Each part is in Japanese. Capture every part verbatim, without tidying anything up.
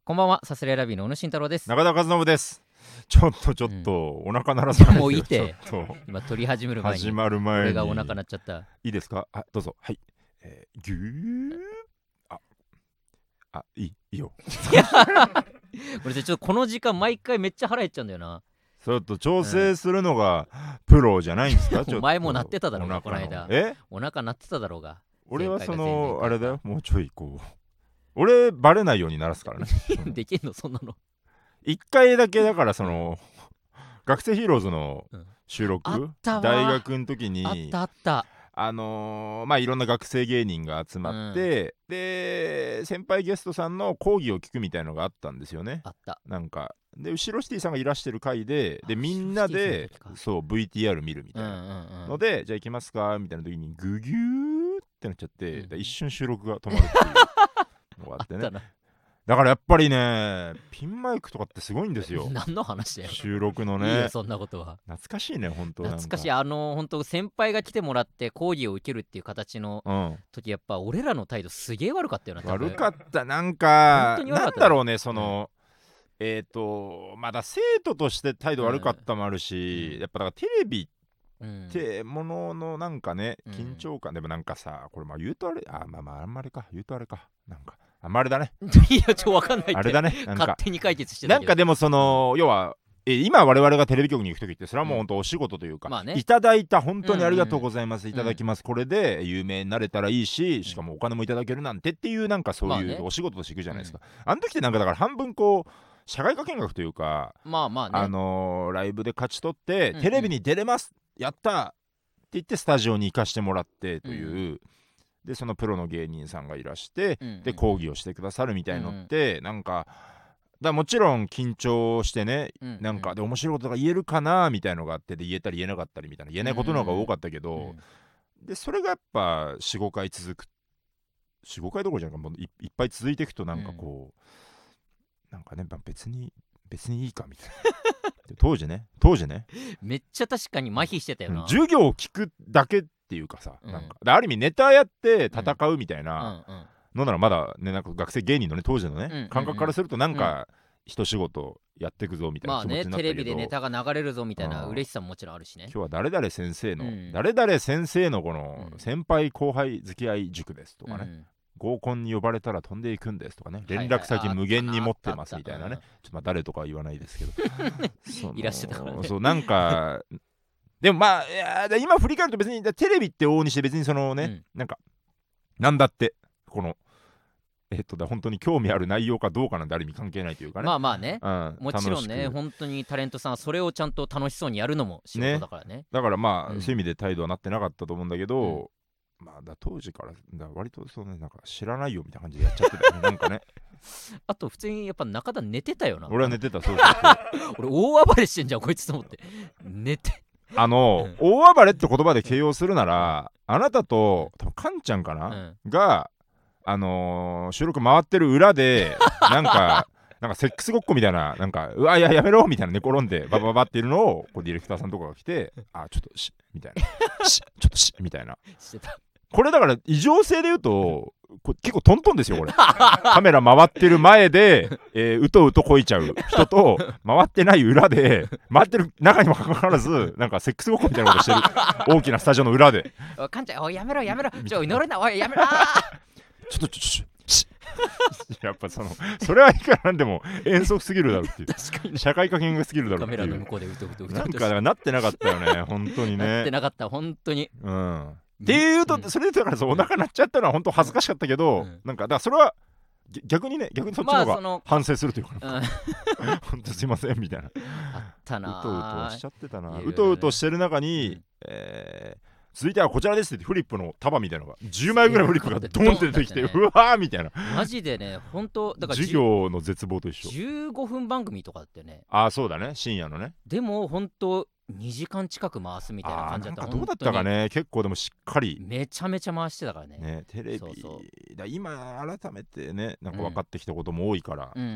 こんばんは、サスレラビーの小野慎太郎です。 中田和信です。ちょっとちょっと、うん、お腹鳴らさないでもういいてちょっと今撮り始める前に始まる前に俺がお腹鳴っちゃった。 いいですか？あ、どうぞ。はい、えー、ぎゅーああいいいいよ俺ちょっとこの時間毎回めっちゃ腹減っちゃうんだよな。 ちょっと調整するのがプロじゃないんですか？ お前も鳴ってただろうが、 おこの間。 えお腹鳴ってただろうが。 俺はそのあれだよ、もうちょいこう俺バレないように鳴らすからねできんのそんなの。 一回だけだからその学生ヒーローズの収録、 うん、大学の時にあったあったあのー、まあいろんな学生芸人が集まって、うん、で先輩ゲストさんの講義を聞くみたいのがあったんですよね。 あったなんかで後ろシティさんがいらしてる回ででみんなでそう ブイティーアール 見るみたいなので、うんうんうん、じゃあ行きますかみたいな時にグギューってなっちゃって、うん、一瞬収録が止まるっていうのがあってねだからやっぱりねピンマイクとかってすごいんですよ。 何の話だよ収録のね。 いいよそんなことは。 懐かしいね本当。 懐かしい。あの本当先輩が来てもらって講義を受けるっていう形の時、うん、やっぱ俺らの態度すげえ悪かったよな。 悪かったなんか本当に悪かった、ね、なんだろうねその、うん、えっ、ー、とまだ生徒として態度悪かったもあるし、うん、やっぱだからテレビってもののなんかね、うん、緊張感でもなんかさこれまあ言うとあれあまあまああんまりか言うとあれかなんかあんまりだねいやちょわかんないってあれだねなんか勝手に解決してたなんかでもその要はえ今我々がテレビ局に行く時ってそれはもう本当お仕事というか、うんまあね、いただいた本当にありがとうございます、うんうん、いただきます、うん、これで有名になれたらいいししかもお金もいただけるなんてっていうなんかそういうお仕事としていくじゃないですか、まあね、あの時ってなんかだから半分こう社会科見学というかまあまあねあのー、ライブで勝ち取って、うんうん、テレビに出れますやったって言ってスタジオに行かしてもらってという、うんでそのプロの芸人さんがいらして、うんうん、で講義をしてくださるみたいのって、うん、なんかだもちろん緊張してね、うんうん、なんかで面白いことが言えるかなみたいのがあってで言えたり言えなかったりみたいな言えないことの方が多かったけど、うんうん、でそれがやっぱ よん,ご 回続く よん,ご 回どころじゃなくてもう い, いっぱい続いていくとなんかこう、うん、なんかね別に別にいいかみたいな当時ね当時ねめっちゃ確かに麻痺してたよな、 うん、授業を聞くだけっていうかさ、うん、なんかある意味ネタやって戦うみたいなのならまだねなんか学生芸人のね当時のね、うんうんうん、感覚からするとなんか一仕事やっていくぞみたいな気持ちになったけど、まあね、 テレビでネタが流れるぞみたいな嬉しさももちろんあるしね。 今日は誰々先生の、うん、誰々先生のこの先輩後輩付き合い塾ですとかね、うん合コンに呼ばれたら飛んでいくんですとかね連絡先無限に持ってますみたいなね、はいはい、ちょっとまあ誰とかは言わないですけどいらっしゃったからねそうなんかでもまあいや今振り返ると別にテレビって往々にして別にそのね、うん、なんかなんだってこのえっとだ本当に興味ある内容かどうかなんてある意味関係ないというかねまあまあね、うん、もちろんね本当にタレントさんはそれをちゃんと楽しそうにやるのも仕事だからね、ねだからまあ、うん、そういう意味で態度はなってなかったと思うんだけど、うんまあ、だ当時からだ割とそう、ね、なんか知らないよみたいな感じでやっちゃってたよねなんかねあと普通にやっぱ中田寝てたよな。 俺は寝てたそうそうそう俺大暴れしてんじゃんこいつと思って寝てあの、うん、大暴れって言葉で形容するならあなたと多分カンちゃんかな、うん、があのー、収録回ってる裏でなんかなんかセックスごっこみたいななんかうわいややめろみたいな寝転んでバババっているのをこうディレクターさんとかが来てあちょっとしみたいなしちょっとしみたいなしてたこれだから異常性で言うとこ結構トントンですよこれカメラ回ってる前で、えー、うとうとこいちゃう人と回ってない裏で回ってる中にもかかわらずなんかセックスごっこみたいなことしてる大きなスタジオの裏でかんちゃんおいやめろやめろちょ乗るなおいやめろちょっとちょっとやっぱそのそれはいくらなんでも遠足すぎるだろうっていう確かに社会科見学すぎるだろうっていうカメラの向こうでうとうとうとなんかなってなかったよね本当にねなってなかった本当にうんっていうと、うん、それでだからお腹鳴っちゃったのは本当恥ずかしかったけど、うん、なんかだからそれは逆にね逆にそっちの方が反省するというか、まあ、本当すいませんみたいなあったなうとうとしちゃってたなうとうとしてる中に、うんえー続いてはこちらですってフリップの束みたいなのがじゅうまいぐらいのフリップがドンって出てきて、ね、うわーみたいなマジでね本当だから授業の絶望と一緒じゅうごふん番組とかってねああそうだね深夜のねでも本当にじかん近く回すみたいな感じだった。 あどうだったかね結構でもしっかりめちゃめちゃ回してたからねねテレビそうそうだ今改めてねなんか分かってきたことも多いから、うん、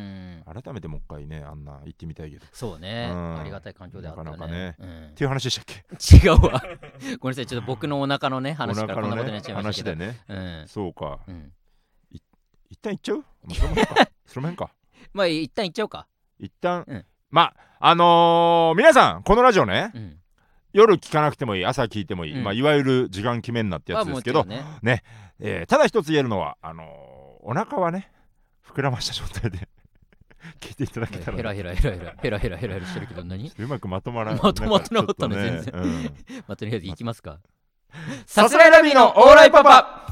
改めてもう一回ねあんな行ってみたいけどそうね、うん、ありがたい環境であったねなかなかね、うん、っていう話でしたっけ違うわごめんなさいちょっと僕のお腹のね話からこんなことになっちゃいましたけど、 話でね、 うん、 そうか、うん、い一旦行っちゃうその辺かその辺かまあ一旦行っちゃおうか。 一旦、 うん、 まああのー、皆さんこのラジオね、うん、夜聞かなくてもいい、朝聞いてもいい、うん、まあ、いわゆる時間決めんなってやつですけど、まあねねえー、ただ一つ言えるのはあのー、お腹はね膨らました状態で聞いていただけたら、 ヘラヘラヘラヘラヘラヘラヘラヘラしてるけど何うまくまとまらまとまってなかったね全然、うん、まあとりあえず行きますか。 さすらいラビーのオーライパパ。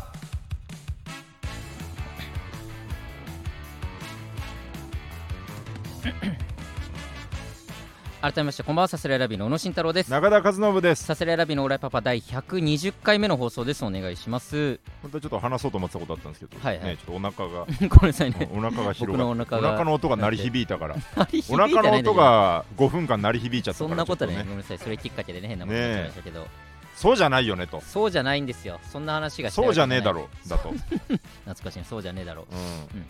改めましてこんばんは、さすらいラビの小野慎太郎です。 中田和信です。 さすらいラビのオーライパパだいひゃくにじゅっかいめの放送です。お願いします。 本当はちょっと話そうと思ってたことあったんですけど、はいはいね、ちょっとお腹がごめんなさいね、 お腹が広が僕のお腹がお腹の音が鳴り響いたから鳴り響いお腹の音がごふんかん鳴り響いちゃったから、 そんなことね、ごめんなさい、それきっかけでね変なことになっちゃいましたけど、ね、 そうじゃないよねと。 そうじゃないんですよ、そんな話がしたい。 そうじゃねえだろだと懐かしいね、そうじゃねえだろう、うんうん、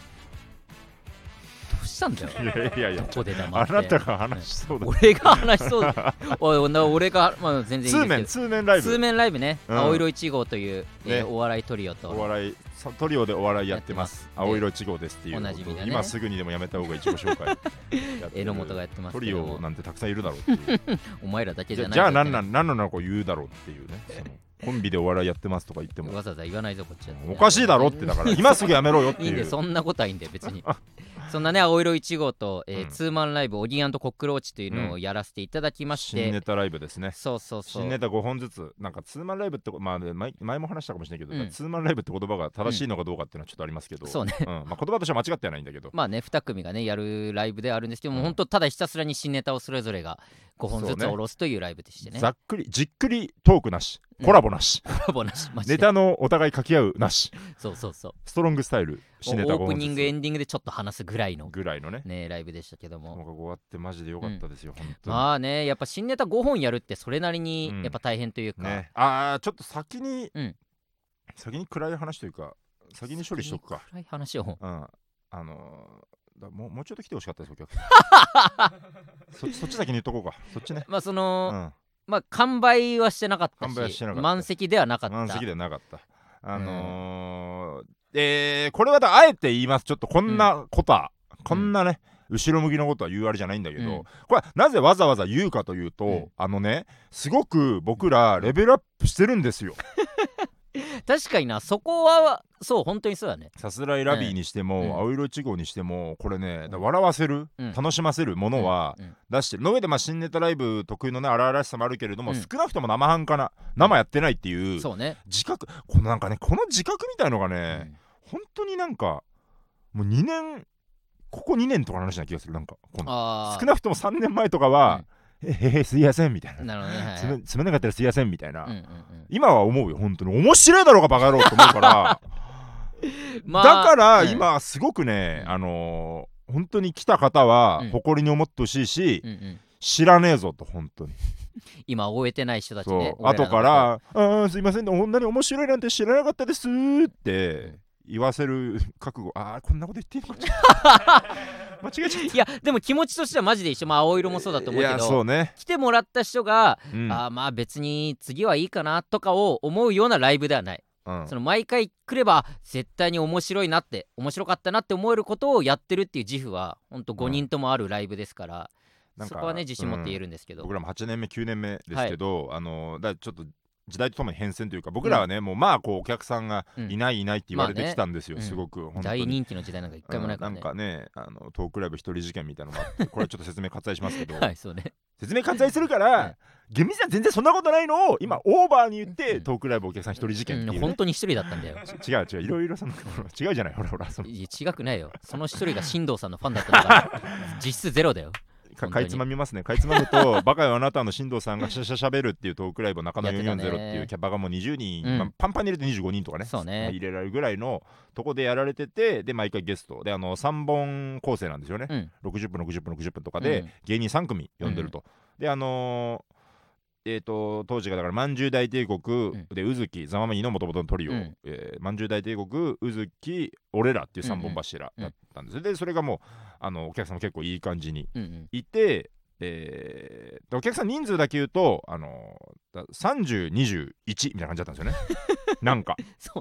どうしたんだよ。 いやいやいや、 ここで黙って。 あなたが話しそうだ、 ね、俺が話しそうだおい俺が、まあ、全然いいですけど、 通面通面ライブ通面ライブね、うん、青色いち号という、えーね、お笑いトリオとお笑いトリオでお笑いやってます。青色いち号ですっていう、おなじみだね、今すぐにでもやめた方がいちご紹介榎本がやってますけども、 トリオなんてたくさんいるだろうっていうお前らだけじゃない。 じゃあ何なん何の子言うだろうっていうね、そのコンビでお笑いやってますとか言ってもわざわざ言わないぞこっちは。 おかしいだろって、だから今すぐやめろよっていう。 いいんで、そんなことはいいんで別にそんなね、青色いち号と、えーうん、ツーマンライブオギー&コックローチというのをやらせていただきまして、うん、 新ネタライブですね。 そうそうそう、 新ネタごほんずつ、なんかツーマンライブって、まあ、前, 前も話したかもしれないけど、うん、ツーマンライブって言葉が正しいのかどうかっていうのはちょっとありますけど、 うん、そうね、 うん、まあ、言葉としては間違ってはないんだけど、 まあね、に組がねやるライブではあるんですけども、うん、本当ただひたすらに新ネタをそれぞれがごほんずつ下ろすというライブでして ね, ねざっくりじっくりトークなし、コラボなし、 うん、コラボなし、 ネタのお互い書き合うなしそうそうそう、 ストロングスタイル、新ネタオープニングエンディングでちょっと話すぐらいのぐらいの ね, ねライブでしたけども、 もう終わってマジで良かったですよ、うん、本当に。 まあね、やっぱ新ネタごほんやるってそれなりにやっぱ大変というか、うんね、あーちょっと先に、 うん、 先に暗い話というか先に処理しとくか。 暗い話を、 うん、あのーだもう、もうちょっと来てほしかったですお客そ, そっち先に言っとこうか。そっちね。 まあその、うん、まあ完売はしてなかったし、 完売はしてなかった、 満席ではなかった、 満席ではなかった。あのーうん、えー、これはだあえて言います。ちょっとこんなことは、うん、こんなね後ろ向きのことは言うあれじゃないんだけど、うん、これはなぜわざわざ言うかというと、うん、あのねすごく僕らレベルアップしてるんですよ確かにな、そこはそう本当にそうだね。 さすらいラビーにしても、うん、青色いち号にしてもこれね、だ笑わせる、うん、楽しませるものは出してるの上で、まあ新ネタライブ特有のね荒々しさもあるけれども、うん、少なくとも生半可な生やってないっていう、 そうね、 自覚、このなんかねこの自覚みたいのがね、うん、本当になんかもうにねんここにねんとかの話な気がする。なんかこの少なくともさんねんまえとかは、うん、えへへすいやせんみたいな、 なるほどね、はいはい、 つめつめなかったらすいやせんみたいな、 うんうんうん、 今は思うよ本当に面白いだろうがバカ野郎って思うからまあ、だから今すごくね、うん、あのー、本当に来た方は誇りに思ってほしいし、うんうんうん、知らねえぞと本当に今終えてない人たちね、 後からあすいませんこんなに面白いなんて知らなかったですって言わせる覚悟。あーこんなこと言っていいのか間違えちゃった。 いやでも気持ちとしてはマジで一緒。まあ青色もそうだと思うけど、 いやそうね、 来てもらった人が、うん、あまあ別に次はいいかなとかを思うようなライブではない、うん、その毎回来れば絶対に面白いなって面白かったなって思えることをやってるっていう自負はほんとごにんともあるライブですから、うん、そこはね自信持って言えるんですけど、 うん、僕らもはちねんめきゅうねんめですけど、はい、あのだちょっと時代とともに変遷というか僕らはね、うん、もうまあこうお客さんがいないいないって言われてきたんですよ、まあね、すごく、うん、本当に大人気の時代なんか一回もないからね、 うん、なんかねあのトークライブ一人事件みたいなのがあってこれはちょっと説明割愛しますけどはいそうね、 説明割愛するから、はい、厳密には全然そんなことないのを今オーバーに言って、うん、トークライブお客さん一人事件っていう、ね、 うん、本当に一人だったんだよ違う違ういろいろその違うじゃないほらほらそのいや違くないよ、その一人が進藤さんのファンだったから実質ゼロだよ。 か, かいつまみますね。かいつまむとバカよあなたの進藤さんがシャシャしゃべるっていうトークライブを中野よんよんゼロっていうキャパがもうにじゅうにん、うんまあ、パンパンに入れてにじゅうごにんとか ね, そうね、 まあ、入れられるぐらいのとこでやられてて、で毎回ゲストであのさんぼん構成なんですよね、うん、ろくじゅっぷんろくじゅっぷんろくじゅっぷんとかで、うん、芸人さん組呼んでると、うん、であのーえー、と当時がだからまんじゅう大帝国、うん、でうずきざままにのもともとのトリオ、うんえー、まんじゅう大帝国うずき俺らっていうさんぼん柱だったんです、うんうん、でそれがもうあのお客さんも結構いい感じにいて、うんうんえー、お客さん人数だけ言うと、あのー、さんじゅう、にじゅういちみたいな感じだったんですよねなんかそうね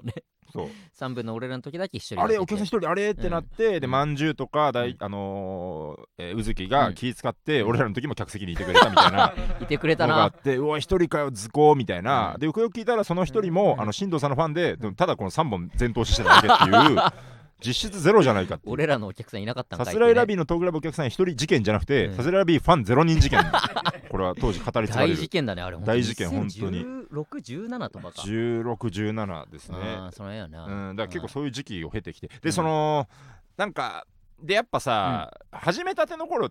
そうさんぶんの俺らの時だけ一人あれお客さん一人あれってなって、うん、でまんじゅうとかだい、 うん、 あのーえー、うずきが気使って、うん、俺らの時も客席にいてくれたみたいないてくれたなのがあって、うわ一人かよ図工みたいな、うん、でよくよく聞いたらその一人も、うん、あの新藤さんのファンで、うん、ただこのさんぼん全投資してただけっていう実質ゼロじゃないかっていう。 俺らのお客さんいなかったんかいって、ね、 さすらいラビーのトークラブお客さん一人事件じゃなくて、うん、さすらいラビーファンゼロにん事件これは当時語り継がれる大事件だね。あれ大事件本当にじゅうろく、じゅうななとかかじゅうろく、じゅうななですね。 あそのやな、 うん、だから結構そういう時期を経てきて、でそのなんかでやっぱさ、うん、始めたての頃って、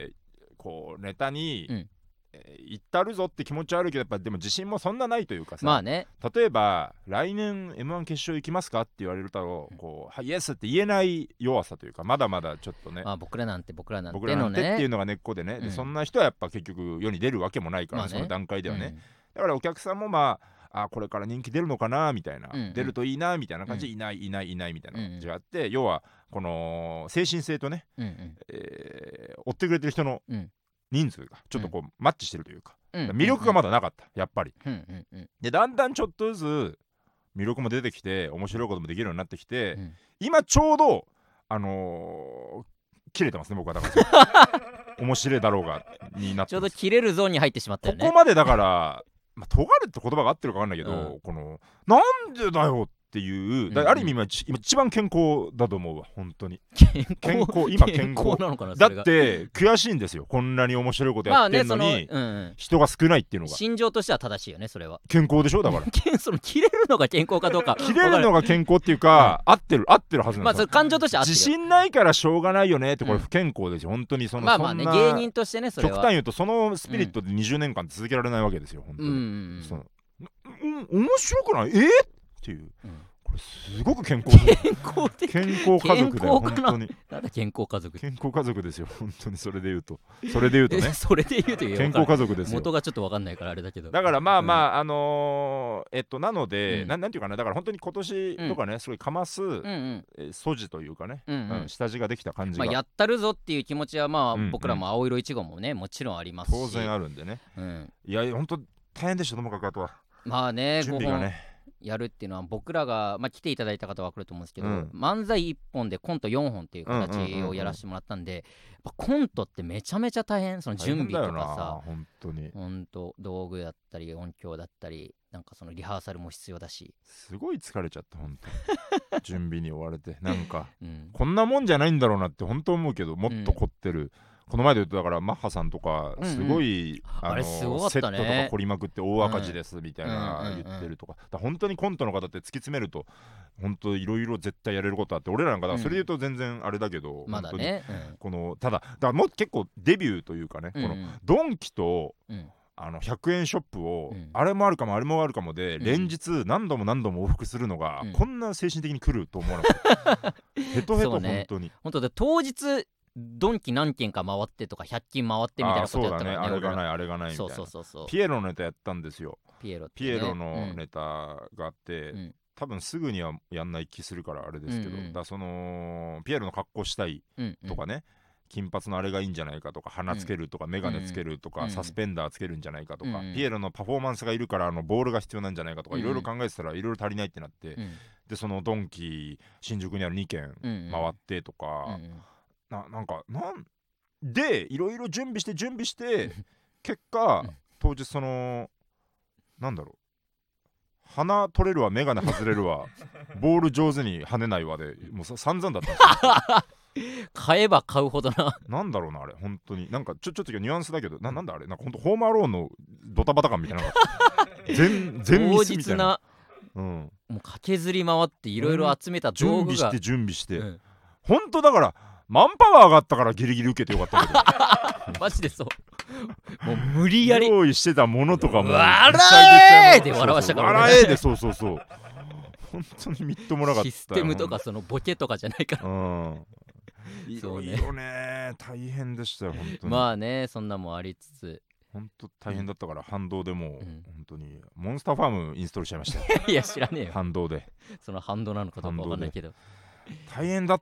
うん、こうネタに、うんえー、行ったるぞって気持ちはあるけどやっぱでも自信もそんなないというかさ、 まあね、 例えば来年 エムワン 決勝行きますかって言われると、うん、こうイエスって言えない弱さというかまだまだちょっとね、 まあ、僕らなんて僕らなんて僕らなんてっていうのが根っこでね、うん、でそんな人はやっぱ結局世に出るわけもないから、まあね、その段階ではね、うん、だからお客さんもまああこれから人気出るのかなみたいな、うんうん、出るといいなみたいな感じで、うん、いないいないいないみたいな感じがあって、うんうん、要はこの精神性とね、うんうんえー、追ってくれてる人の人数がちょっとこう、うん、マッチしてるというか、うん、魅力がまだなかったやっぱり、うんうんうん、でだんだんちょっとずつ魅力も出てきて面白いこともできるようになってきて、うん、今ちょうどあのー、切れてますね僕はだから面白いだろうがになってちょうど切れるゾーンに入ってしまったよね。 ここまでだからまあ、尖るって言葉が合ってるか分かんないけど、うん、このなんでだよっていう、だある意味今、今一番健康だと思うわ本当に。 健康今健康なのかな。 だって悔しいんですよこんなに面白いことやってんのに、まあね、その、うんうん、人が少ないっていうのが心情としては正しいよねそれは。 健康でしょだからその切れるのが健康かどうか切れるのが健康っていうか、うん、合ってる合ってるはずなんですよ。 まあそれ感情として合ってる。 自信ないからしょうがないよねってこれ不健康ですよ、うん、本当にそのまあまあね芸人としてねそれは極端言うとそのスピリットでにじゅうねんかん続けられないわけですよ本当に、うんうんうん、その面白くないえー、っていう、うん、これすごく健康健康的健康家族だよ本当に。 なんだ健康家族健康家族ですよ本当に。それで言うとそれで言うとねそれで言うと健康家族ですよ。 元がちょっと分かんないからあれだけど、 だからまあまあ、うん、あのー、えっとなので、うん、な, なんていうかなだから本当に今年とかね、うん、すごいかます、うんうんえー、素地というかね、うんうんうん、下地ができた感じが、 まあ、やったるぞっていう気持ちはまあ、うんうん、僕らも青色いちごもねもちろんありますし当然あるんでね、うん、いや本当大変でしたともかくあとはまあね準備がねやるっていうのは僕らが、まあ、来ていただいた方は分かると思うんですけど、うん、漫才いっぽんでコントよんほんっていう形をやらせてもらったんで、うんうんうんうん、やっぱコントってめちゃめちゃ大変。その準備とかさ本当に本当道具だったり音響だったりなんかそのリハーサルも必要だしすごい疲れちゃった本当準備に追われてなんか、うん、こんなもんじゃないんだろうなって本当思うけどもっと凝ってる、うんこの前で言うとだからマッハさんとかすごい、うんうん、あのすごかったね、 セットとか凝りまくって大赤字ですみたいな言ってるとか、だ本当にコントの方って突き詰めると本当いろいろ絶対やれることあって俺らなんかだそれで言うと全然あれだけど、 うん、まだね、 うん、このただだからもう結構デビューというかね、うんうん、このドンキと、うんあのひゃくえんショップを、うん、あれもあるかもあれもあるかもで、うん、連日何度も何度も往復するのが、うん、こんな精神的に来ると思わなかったヘトヘト、ね、本当に本当で当日ドンキ何軒か回ってとかひゃっ均回ってみたいなことやったからね。 あそうだねあれがないあれがないみたいな。 そうそうそうそうピエロのネタやったんですよ。 ピエロってね、 ピエロのネタがあって、うん、多分すぐにはやんない気するからあれですけど、うんうん、だそのピエロの格好したいとかね、うんうん、金髪のあれがいいんじゃないかとか鼻つけるとか、うん、メガネつけるとか、うん、サスペンダーつけるんじゃないかとか、うん、ピエロのパフォーマンスがいるからあのボールが必要なんじゃないかとかいろいろ考えてたらいろいろ足りないってなって、うん、でそのドンキ新宿にあるに軒回ってとか、うんうん、な, なんかなんでいろいろ準備して準備して結果当日そのなんだろう鼻取れるわメガネ外れるわボール上手に跳ねないわでもう散々だったんですよ買えば買うほどななんだろうなあれ本当になんかちょちょっとニュアンスだけど な, なんだあれなんか本当ホームアローンのドタバタ感みたいな全全ミスみたいな、 うん、もう駆けずり回っていろいろ集めた道具が準備して準備して、うん、本当だからマンパワーがあったからギリギリ受けてよかったけどマジでそうもう無理やり用意してたものとかも笑えーで笑わしたからね笑えーでそうそうそう本当にみっともなかったシステムとかそのボケとかじゃないからうんいろいろね大変でしたよ本当にまあねそんなもありつつ本当大変だったから、うん、反動でもう、うん、本当にモンスターファームインストールしちゃいましたよいや知らねえよ反動でその反動なのかどうかわかんないけど大変だった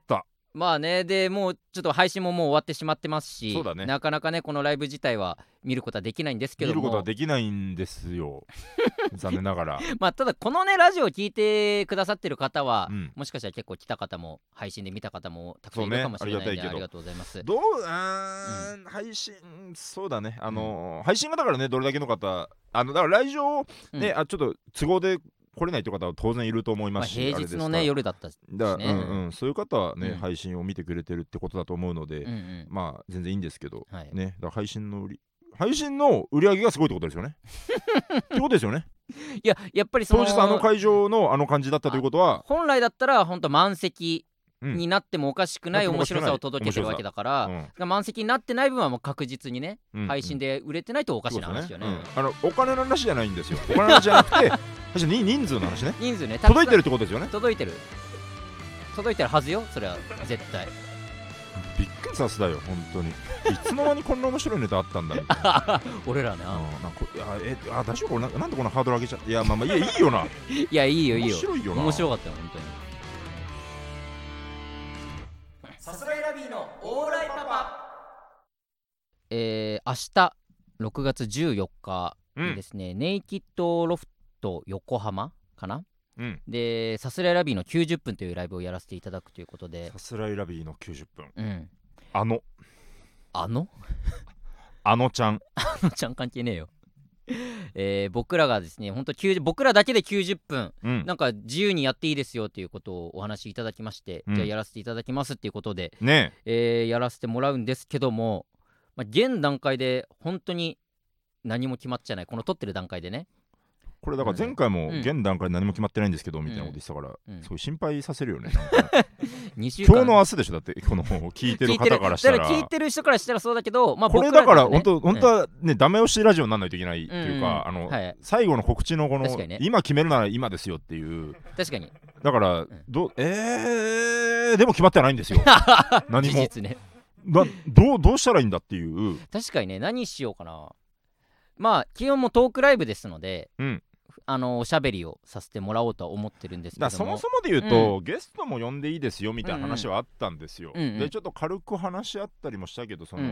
まあね、でもうちょっと配信ももう終わってしまってますし、 そうだね、 なかなかねこのライブ自体は見ることはできないんですけども、 見ることはできないんですよ残念ながらまあただこのねラジオを聞いてくださってる方は、 うん、 もしかしたら結構来た方も配信で見た方もたくさんいるかもしれないので、ね、ありがとうございます。 どうあ、うん、配信そうだね、あのーうん、 配信がだからねどれだけの方あのだから来場ね、うん、あちょっと都合で来れないという方は当然いると思いますし、 まあ、平日のね夜だったしね、だうんうん、そういう方はね、 うん、 配信を見てくれてるってことだと思うので、 うんうん、 まあ全然いいんですけど、 はい、 ね、だから配信の売り配信の売り上げがすごいってことですよねってことですよね。 いややっぱりその当日あの会場のあの感じだったということは、 本来だったら本当満席になってもおかしくない面白さを届けてるわけだから、うん、満席になってない分はもう確実にね、うんうん、配信で売れてないとおかしな話よね、 ね、うん、あのお金の話じゃないんですよ。お金の話じゃなくて人数の話ね。 人数ね、 届いてるってことですよね。 届いてる届いてるはずよ、それは絶対。 びっくりさせたよ本当に。いつの間にこんな面白いネタあったんだみたいな俺らな、うん、 なんかいやえあ大丈夫これ な, なんでこのハードル上げちゃって、いやまあまあいやいいよないやいいよいいよ、 面白いよな、 面白かったよ本当に。さすらいラビーのオーライパパ。えー、明日ろくがつじゅうよっかにですね、うん、ネイキッドロフト横浜かな、うん、でさすらいラビーのきゅうじゅっぷんというライブをやらせていただくということで、 さすらいラビーのきゅうじゅっぷん、 うん、 あのあのあのちゃんあのちゃん関係ねえよえー、僕らがですね本当僕らだけできゅうじゅっぷん、うん、なんか自由にやっていいですよということをお話しいただきまして、うん、じゃあやらせていただきますっていうことで、ねえー、やらせてもらうんですけども、まあ、現段階で本当に何も決まっちゃない、この撮ってる段階でね。 これだから前回も現段階で何も決まってないんですけどみたいなこと言ってたから、うん、すごい心配させるよねにしゅうかん今日の明日でしょ、だってこの聞いてる方からしたら聞いてる、だから聞いてる人からしたらそうだけど、まあ、 これだから本当本当はね、ダメ押しラジオにならないといけないっていうか、あの最後の告知のこの今決めるなら今ですよっていう、 確かにだからどえーでも決まってないんですよ何も事実ねどうどうしたらいいんだっていう。 確かにね、何しようかな。まあ基本もトークライブですので、うん、あのおしゃべりをさせてもらおうとは思ってるんですけども、 だそもそもで言うと、うん、ゲストも呼んでいいですよみたいな話はあったんですよ、うんうん、でちょっと軽く話し合ったりもしたけど、その、うん、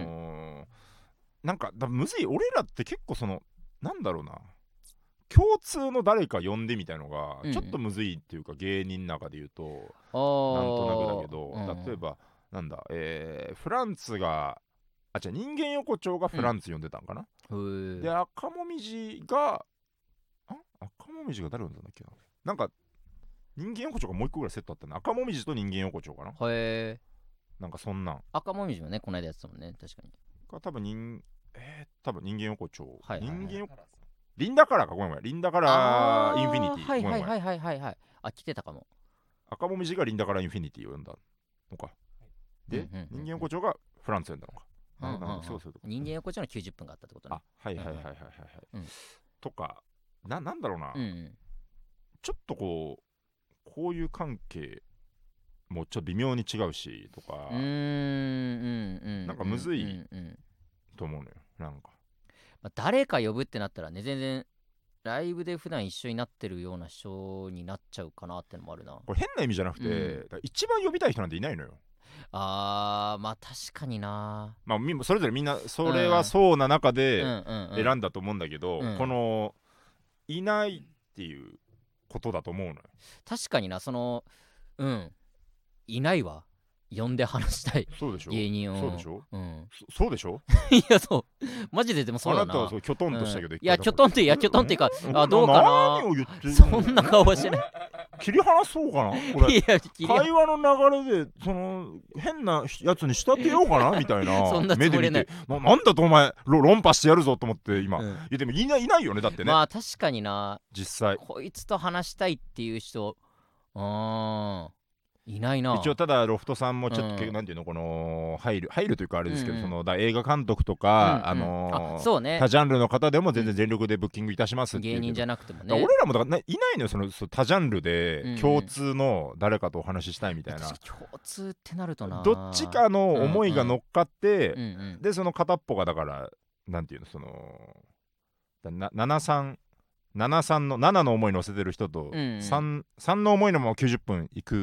なんかだむずい、俺らって結構そのなんだろうな、共通の誰か呼んでみたいのがちょっとむずいっていうか、うん、芸人の中で言うとなんとなくだけど、うん、例えばなんだ、えー、フランツがあじゃあ人間横丁がフランツ呼んでたんかな、うん、で赤もみじがあ赤もみじが誰呼んだんだっけな、なんか人間横丁がもう一個ぐらいセットあったな、赤もみじと人間横丁かな、へえ、なんかそんなん、 赤もみじもねこの間やってたもんね、確かにが多分人えー、多分人間横丁、はいはいはい、人間横リンダカラーか、ごめんごめん、リンダカラーインフィニティ、 はいはいはいはいはいはい、あ来てたかも、 赤もみじがリンダカラーインフィニティを呼んだのかで、うんうんうんうん、人間横丁がフランス呼んだのか、うんうんうん、そうそうそう人間横丁のきゅうじゅっぷんがあったってことね。 あはいはいはいはいはい、うん、とか な, なんだろうな、うんうん、ちょっとこうこういう関係もちょっと微妙に違うしとか、うーん、うん、なんかむずいと思うのよ、なんか、 まあ、誰か呼ぶってなったらね、全然ライブで普段一緒になってるような人になっちゃうかなってのもあるな。 これ変な意味じゃなくて、うん、一番呼びたい人なんていないのよ。 あーまあ確かにな、 まあそれぞれみんなそれはそうな中で選んだと思うんだけど、うんうんうん、このいないっていうことだと思うのよ。 確かにな、そのうんいないわ、呼んで話したいそうでしょ芸人を。 そうでしょ、うん、そ, そうでしょいやそうマジで、でもそうだな。 あなたはそうキョトンとしたけど、うん、 いやキョトンっていやキョトンっていうか、あどうかな、 何を言ってるそんな顔はしてない切り離そうかなこれいや会話の流れでその変なやつに仕立てようかなみたいなそんなつもりない。 な, なんだとお前論破してやるぞと思って今、うん、いやでもいない、いないよね、だってね。 まあ確かにな、 実際こいつと話したいっていう人あーいないな。 一応ただロフトさんもちょっと、うん、なんていうのこの入る入るというかあれですけど、うんうん、そのだ映画監督とか、うんうん、あのー、あそうね、他ジャンルの方でも全然全力でブッキングいたしますっていう、 芸人じゃなくてもね、 俺らもだからいないのよ、そのその他ジャンルで共通の誰かとお話ししたいみたいな、うんうん、 共通ってなるとな、 どっちかの思いが乗っかって、うんうん、でその片っぽがだからなんていうのそのなななさんななさんのななの思い乗せてる人と、うんうん、3, さんの思いのままきゅうじゅっぷんいく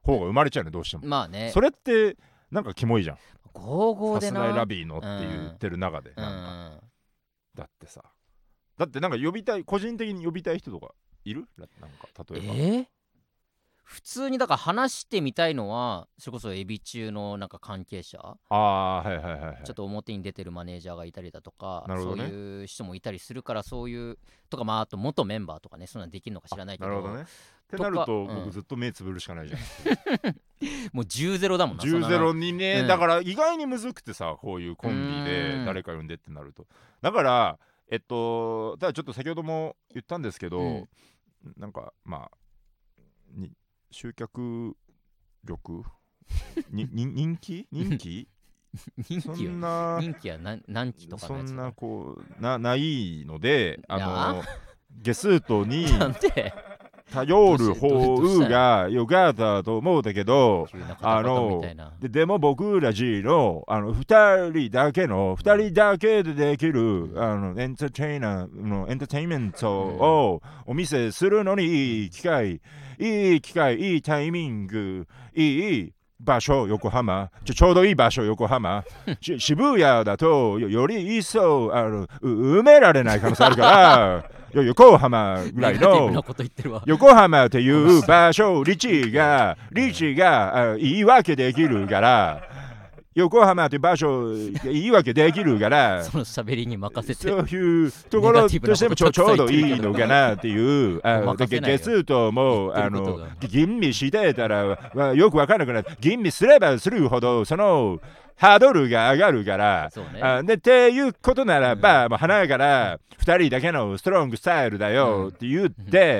方が生まれちゃうねどうしても。 まあねそれってなんかキモいじゃん。 ゴーゴーでなさすがいラビーのって言ってる中で、 うん、 なんかだってさだってなんか呼びたい個人的に呼びたい人とかいる？なんか例えば、 えー、普通にだから話してみたいのはそれこそエビ中のなんか関係者、 ああはいはいはい、はい、 ちょっと表に出てるマネージャーがいたりだとか、 なるほどね、 そういう人もいたりするからそういうとかまああと元メンバーとかねそんなのできるのか知らないけど。 なるほどね。ってなると、うん、僕ずっと目つぶるしかないじゃんもうじゅうゼロだもんな。 じゅうゼロにね、 うん、 だから意外にむずくてさこういうコンビで誰か呼んでってなるとだからえっとただちょっと先ほども言ったんですけど、うん、なんかまあに集客力にに人気人気人気そんな人気は何何期とかのやつそんなこう な, ないのであのゲスートになんで頼る方がよかったと思うんだけど、あの で, でも僕らじのあのふたりだけのふたりだけでできるあのエンターテイナーのエンターテインメントをお見せするのにいい機会いい機会いいタイミングいい場所横浜 ち, ょちょうどいい場所横浜渋谷だと よ, より一層あの埋められない可能性あるから横浜ぐらいの横浜っていう場所リチがリチが言い訳できるから横浜って場所言い訳できるからその喋りに任せてそういうところとしてもち ょ, ちょうどいいのかなっていうあだけゲスートもあの吟味してたらよくわからなくなって吟味すればするほどそのハードルが上がるから、ね、あでっていうことならば、うん、もう花からふたりだけのストロングスタイルだよって言って、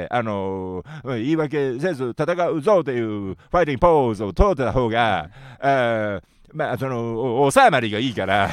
うん、あの言い訳せず戦うぞというファイティングポーズを取った方が、うん、あまあその収まりがいいから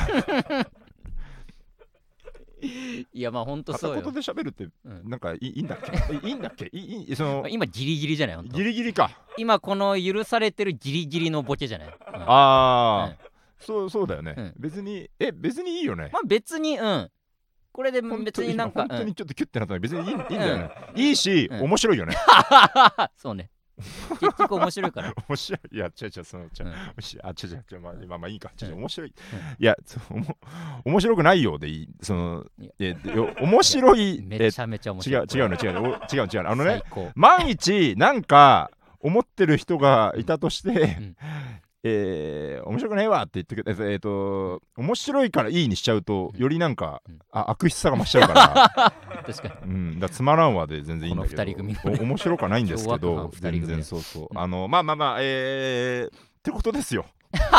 いやまあほんとそうよ。 片言で喋るってなんかい い, いいんだっけいいんだっけいいその今ギリギリじゃないギリギリか今この許されてるギリギリのボケじゃない、うん、 ああ、うんそう、そうだよね、 うん、 別にえ別にいいよね。 まあ別にうんこれで別になんか本当にちょっとキュッてなったのに別にいい、いいんだよね、うん、いいし、うん、面白いよねそうね結局面白いから面白いいや違う違うその違う、うん、あ違う違う違うまあまあまあいいか違う、うん、面白い、うん、いやおも面白くないよでいいそのえ面白いめちゃめちゃ面白い違う違うの違うの違う違うあのね万一なんか思ってる人がいたとして、うんえー、面白くねえわって言ってくれて、えーと、面白いからいいにしちゃうと、よりなんか、うん、あ悪質さが増しちゃうから確かに、 うん、だつまらんわで全然いいんだけど、 このふたり組面白くはないんですけど全然そうそう、うん、あのまあまあまあえー、ってことですよ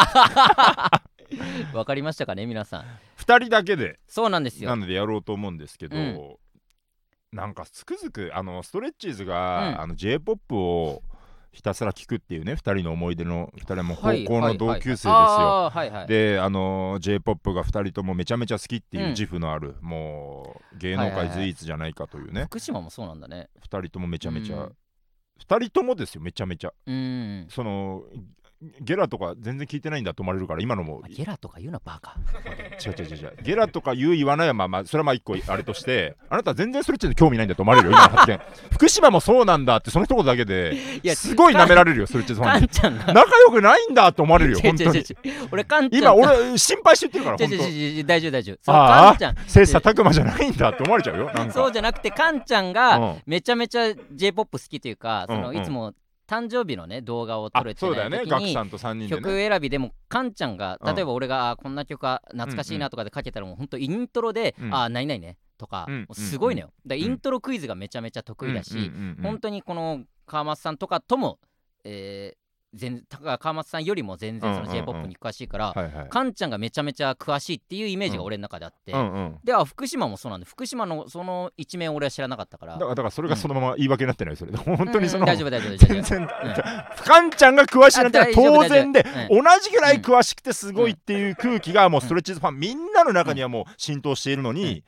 わかりましたかね皆さん。 ふたりだけでそうなんですよなのでやろうと思うんですけど、うん、なんかつくづくあのストレッチーズが、うん、あの J-ポップ をひたすら聞くっていうねふたりの思い出のふたりも高校の同級生ですよ。であの J-ポップ がふたりともめちゃめちゃ好きっていう自負のある、うん、もう芸能界随一じゃないかというね、はいはいはい、 福島もそうなんだね。 ふたりともめちゃめちゃ、うん、ふたりともですよめちゃめちゃ、 うん、 そのゲラとか全然聞いてないんだと思われるから今のもゲラとか言うなバカ違う違う違う違うゲラとか言う言わないはまあまあそれはまあ一個あれとしてあなたは全然それっちに興味ないんだと思われるよ今の発言福島もそうなんだってその一言だけですごい舐められるよそれっちファンに仲良くないんだって思われるよ本当に俺カンちゃん今俺心配して言ってるから本当大丈夫大丈夫ああ切磋琢磨じゃないんだって思われちゃうよなんかそうじゃなくてカンちゃんがめちゃめちゃ J-ポップ 好きというかそのいつも誕生日のね動画を撮れてない時に曲選びでもカンちゃんが例えば俺がこんな曲は懐かしいなとかでかけたらもうほんとイントロであないないねとかすごいのよ。だイントロクイズがめちゃめちゃ得意だし本当にこの川松さんとかともえ全川松さんよりも全然その J-ポップ に詳しいからカンちゃんがめちゃめちゃ詳しいっていうイメージが俺の中であってでは福島もそうなんで福島のその一面俺は知らなかったからだからだからそれがそのまま言い訳になってないそれ本当にその大丈夫大丈夫全然カンちゃんが詳しいなんて当然で同じぐらい詳しくてすごいっていう空気がもうストレッチーズファンみんなの中にはもう浸透しているのに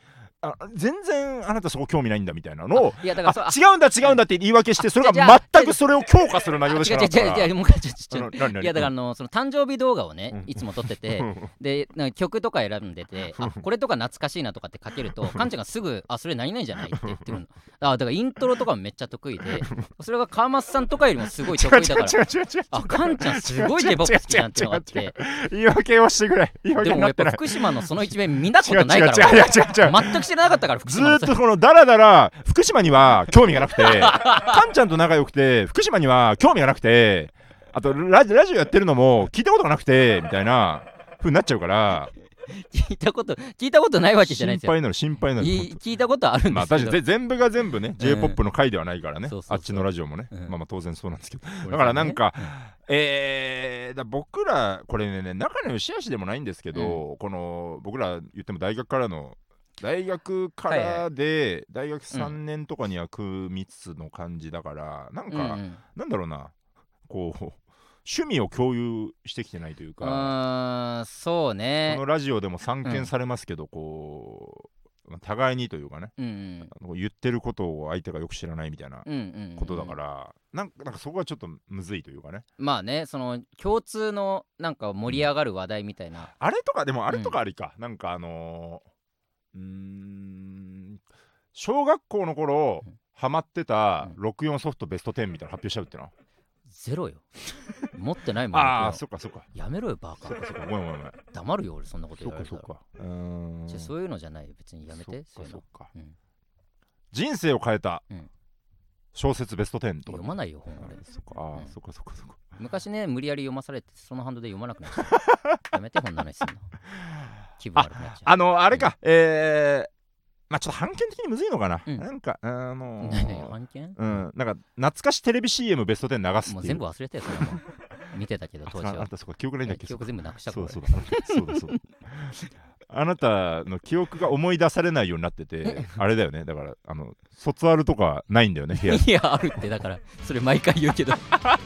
あ全然あなたそこ興味ないんだみたいなのを、 いやだから違うんだ違うんだって言い訳して、それが全くそれを強化する内容でしかなかったから。 いやいやもうちょちょいやだからあのその誕生日動画をねいつも撮ってて、でなんか曲とか選んでて、あこれとか懐かしいなとかってかけるとカンちゃんがすぐあそれ何々じゃないって言ってるの。あだからイントロとかもめっちゃ得意で、それが川松さんとかよりもすごい得意だから、あカンちゃんすごい J-ポップ 好きなんていうのがあって、 言い訳をしてくれ。言い訳でもやっぱ福島のその一面見たことないから全く知らなかったから。 ずーっとこのダラダラ福島には興味がなくてカンちゃんと仲良くて福島には興味がなくて、あと ラジ, ラジオやってるのも聞いたことがなくてみたいな風になっちゃうから聞いたこと聞いたことないわけじゃないですよ。 心配なる心配なる聞いたことあるんですけど、まあ、確かに全部が全部ね、うん、J-ポップ の回ではないからね、そうそうそう、あっちのラジオもね、うん、まあまあ当然そうなんですけど、だからなんか、うん、えー、だ僕らこれね仲の良し悪しでもないんですけど、うん、この僕ら言っても大学からの大学からで、はいはい、大学さんねんとかには組みつつの感じだから、うん、なんか、うんうん、なんだろうな、こう趣味を共有してきてないというか、 うーんそうね、 このラジオでも散見されますけど、うん、こう互いにというかね、うんうん、言ってることを相手がよく知らないみたいなことだから、うんうんうん、なんか、なんかそこはちょっとむずいというかね。 まあね、その共通のなんか盛り上がる話題みたいな、うん、 あれとかでもあれとかありか、うん、なんかあのー、うーん小学校の頃、うん、ハマってたろくじゅうよんソフトベストじゅうみたいなの発表しちゃうってのはゼロよ。持ってないもん。 ああ、そっかそっか。 やめろよバカ。 そっかそっか。ごめんごめんごめん。 黙るよ俺そんなこと言われたら。 そっかそっか。うーん。 じゃそういうのじゃないよ別にやめて。 そっかそっか。 うん、 人生を変えた小説ベストじゅうとか。 読まないよ本俺。 そっかああ、うん、そっかそっかそっか。 昔ね無理やり読まされてそのハンドで読まなくなっちゃう。やめて本なのにすんの。気分悪くなっちゃう。 あのあれか、うん、えー。まあちょっと判件的にむずいのかな、うん、なんかあのー、 判件？ うん、なんか懐かしテレビ シーエム ベストじゅう流すっていう。 もう全部忘れてよそれも見てたけど当時は。 あなたそこ記憶ないんだっけ？ 記憶全部なくしたから。そうそうそうだそうだあなたの記憶が思い出されないようになっててあれだよね、だからあの卒アルとかないんだよね部屋に。 いやあるってだからそれ毎回言うけど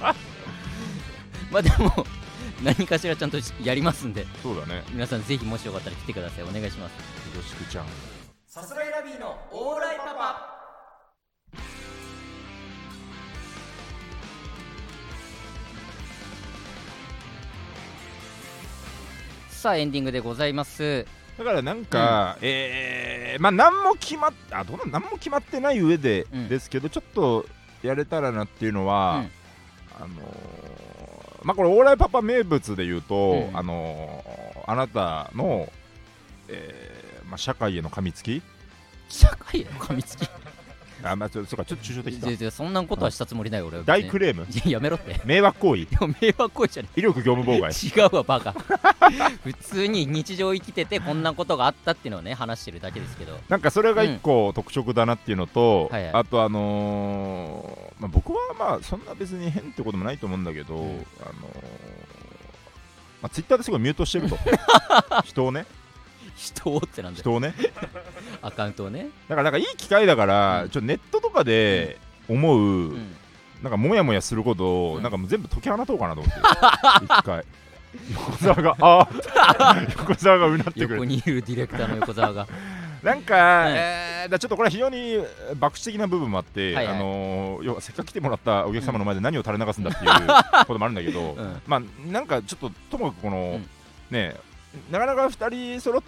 まあでも何かしらちゃんとやりますんで、 そうだね、 皆さんぜひもしよかったら来てください。お願いします。 よろしくちゃん。 さすらいラビーのオーライパパ。さあエンディングでございます。 だからなんか、うん、えー、まあ何も決まっあどう何も決まってない上で、うん、ですけどちょっとやれたらなっていうのは、うん、あのー、まあこれオーライパパ名物で言うと、うん、あのー、あなたの、えーまあ、社会への噛みつき社会への噛みつきあ、まあ、そうか、ちょっと抽象的だ。 いやそんなことはしたつもりないよ俺は。 大クレームやめろって迷惑行為。 でも迷惑行為じゃねえ。威力業務妨害。 違うわバカ普通に日常生きててこんなことがあったっていうのをね話してるだけですけど、 なんかそれが一個特色だなっていうのと、うんはいはい、あとあのーまあ、僕はまあそんな別に変ってこともないと思うんだけど、うん、あのーまあ、ツイッターですごいミュートしてると人をね人をってなんだよ。 人をねアカウントをね。 だからなんかいい機会だから、うん、ちょっとネットとかで思う、うん、なんかモヤモヤすることを、うん、なんかもう全部解き放とうかなと思って一回横澤があ横澤がうなってくる。 横にいるディレクターの横澤がなんか、うんえー、だちょっとこれは非常に博打的な部分もあって、はいはい、あのー、要はせっかく来てもらったお客様の前で何を垂れ流すんだっていうこともあるんだけど、うん、まあなんかちょっとともかくこの、うん、ねなかなかふたり揃って、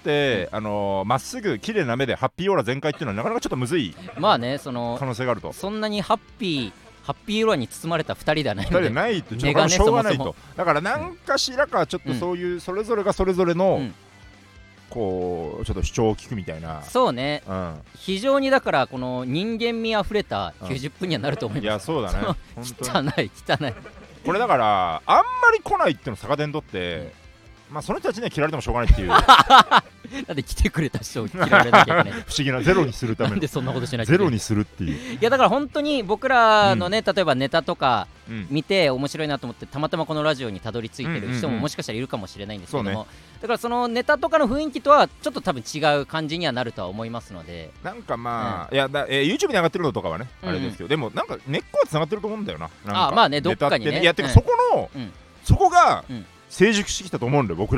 うん、あのー、まっすぐ綺麗な目でハッピーオーラ全開っていうのはなかなかちょっとむずいまあねその可能性があると。 そんなにハッピーハッピーオーラに包まれたふたりではないのでふたりでないとちょっとしょうがないと。だから何かしらかちょっとそういう、うん、それぞれがそれぞれの、うん、こうちょっと主張を聞くみたいな。 そうね、うん、非常にだからこの人間味あふれたきゅうじゅっぷんにはなると思います、うん、 いやそうだね汚い汚いこれだからあんまり来ないっていうの逆手にとって、うんまあその人たちには切られてもしょうがないっていうだって来てくれた人を切られなきゃいけない不思議なゼロにするためになんでそんなことしなきゃいけないゼロにするっていう。 いやだから本当に僕らのね、うん、例えばネタとか見て面白いなと思ってたまたまこのラジオにたどり着いてる人ももしかしたらいるかもしれないんですけども、うんうんうん、だからそのネタとかの雰囲気とはちょっと多分違う感じにはなるとは思いますので、 なんかまあ、うん、いやだ、えー、YouTube に上がってるのとかはね、うん、あれですけどでもなんか根っこはつながってると思うんだよな。なんかあまあねどっかにねいやてかそこの、うん、そこが、うん成熟してきたと思うんだよ僕らは。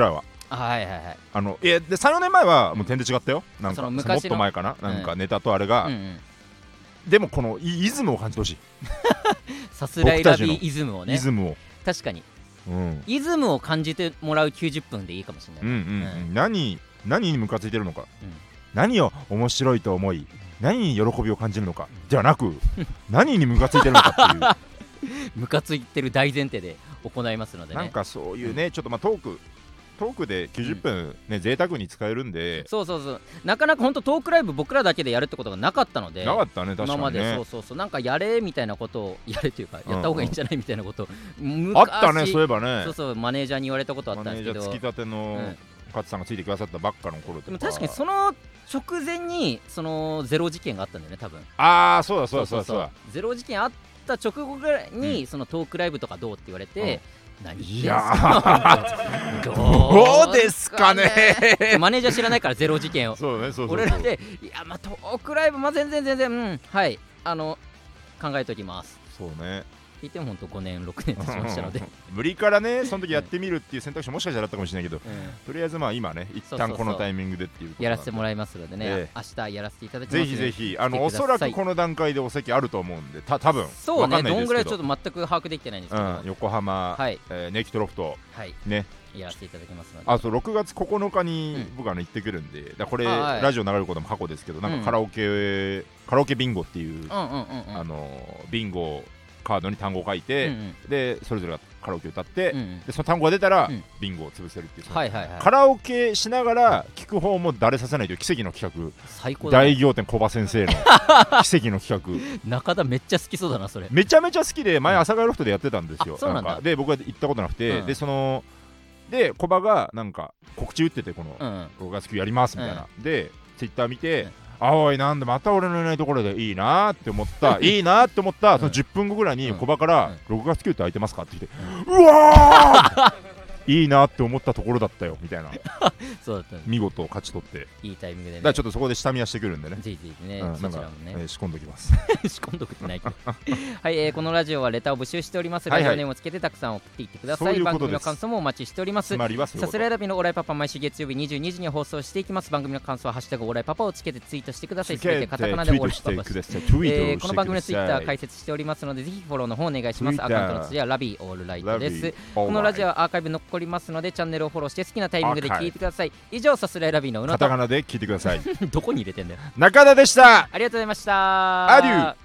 はいはいはい。 あのいやでさんよねんまえはもう点で違ったよ、なんかそのもっ昔のと前かな、なんかネタとあれが、 うんうん、 でもこのイズムを感じてほしい。 さすらいラビイズムをね。 イズムを確かに、 うん、 イズムを感じてもらうきゅうじゅっぷんでいいかもしれない。 うんうんうんうん、何何にムカついてるのか、 うん、 何を面白いと思い何に喜びを感じるのかではなく何にムカついてるのかっていうムカついてる大前提で行いますのでね。 なんかそういうね、うん、ちょっとまあトークトークできゅうじゅっぷんね、うん、贅沢に使えるんで、 そうそうそう、なかなか本当トークライブ僕らだけでやるってことがなかったので、 なかったね、確かにね、 今まで。そうそうそう、なんかやれみたいなことをやれというか、やった方がいいんじゃないみたいなことを、 うんうん、あったね、そういえばね。 そうそう、マネージャーに言われたことあったんですけど、 マネージャーつきたての勝さんがついてくださったばっかの頃とか。 でも確かにその直前にそのゼロ事件があったんだよね、多分。 ああ、そうだそうだそうだそうだ、 ゼロ事件あった直後ぐらいに、うん、そのトークライブとかどうって言われて、うん、何いやーどうですかねマネージャー知らないからゼロ事件を。 そうね、そうそうそう、 俺らでいやまあトークライブまあ全然全然うんはいあの考えときます。 そうね、 聞いてもほんとごねんろくねん経ちましたので無理からねその時やってみるっていう選択肢もしかしたらあったかもしれないけど、うん、とりあえずまあ今ね一旦このタイミングでっていうやらせてもらいますのでね、えー、明日やらせていただきますので、 ぜひぜひあのおそらくこの段階でお席あると思うんで、た多分そうね、どんぐらいちょっと全く把握できてないんですけど、 うん、横浜、はい、えー、ネイキッドロフト、 はい、 ねやらせていただきますので、 あそうろくがつここのかに僕は、ね、行ってくるんで、だこれ、はい、ラジオ流れることも過去ですけど、なんかカラオケ、うん、カラオケビンゴっていう、あのビンゴカードに単語を書いて、うんうん、でそれぞれがカラオケ歌って、うんうん、でその単語が出たら、うん、ビンゴを潰せるっていう、はいはいはい、カラオケしながら聞く方も誰させないという奇跡の企画、 最高だね、 大仰天小葉先生の奇跡の企画中田めっちゃ好きそうだな、それめちゃめちゃ好きで、前阿佐ヶ谷ロフトでやってたんですよ、 うん、そうなんだ。 なんかで僕は行ったことなくて、うん、でそので小葉がなんか告知打ってて、このろくがつきゅうやりますみたいな、うん、でツイッター見て、うんあおいなんでまた俺のいないところでいいなって思ったいいなって思ったそのじゅっぷんごぐらいに小葉からろくがつきゅうって空いてますかって来て、うわーいいなって思ったところだったよみたいなそうだった、ね、 見事勝ち取っていいタイミングでね、 だからちょっとそこで下見はしてくるんでね、 ぜひぜひね、 うん、 そちらもね、 えー、仕込んどきます仕込んどくってないけどはい、えー、このラジオはレターを募集しております。ラジオネームをつけてたくさん送っていってください、はいはい、番組の感想もお待ちしております。さすらいラビのオーライパパ毎週月曜日にじゅうにじに放送していきます。番組の感想はハッシュタグオーライパパをつけてツイートしてください。すべてカタカナでオーライパパです、えー、この番組のツイッター解説しておりますのでぜひフォローの方お願いします。アカウントの次はラビーオールライトです。このラジオはアーカイブ残りますのでチャンネルをフォローして好きなタイミングで聞いてください。以上さすらいラビーのうのとカタカナで聞いてくださいどこに入れてんだよ中田でした。 ありがとうございました。 アデュー。